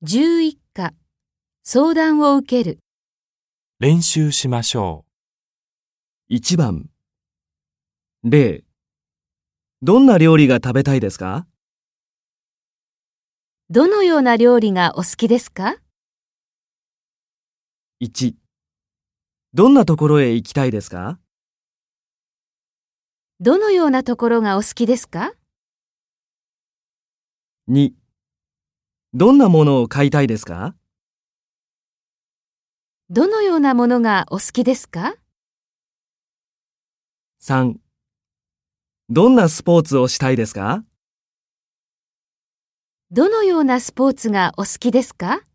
11課、相談を受ける。 練習しましょ 1番。例。どんな料理が食べたいですか？ どのような料理がお好きですか？ 1。どんなところへ行きたいですか？ どのようなところがお好きですか？ 2。どんなものを買いたいですか？ どのようなものがお好きですか？ 3。どんなスポーツをしたいですか？ どのようなスポーツがお好きですか？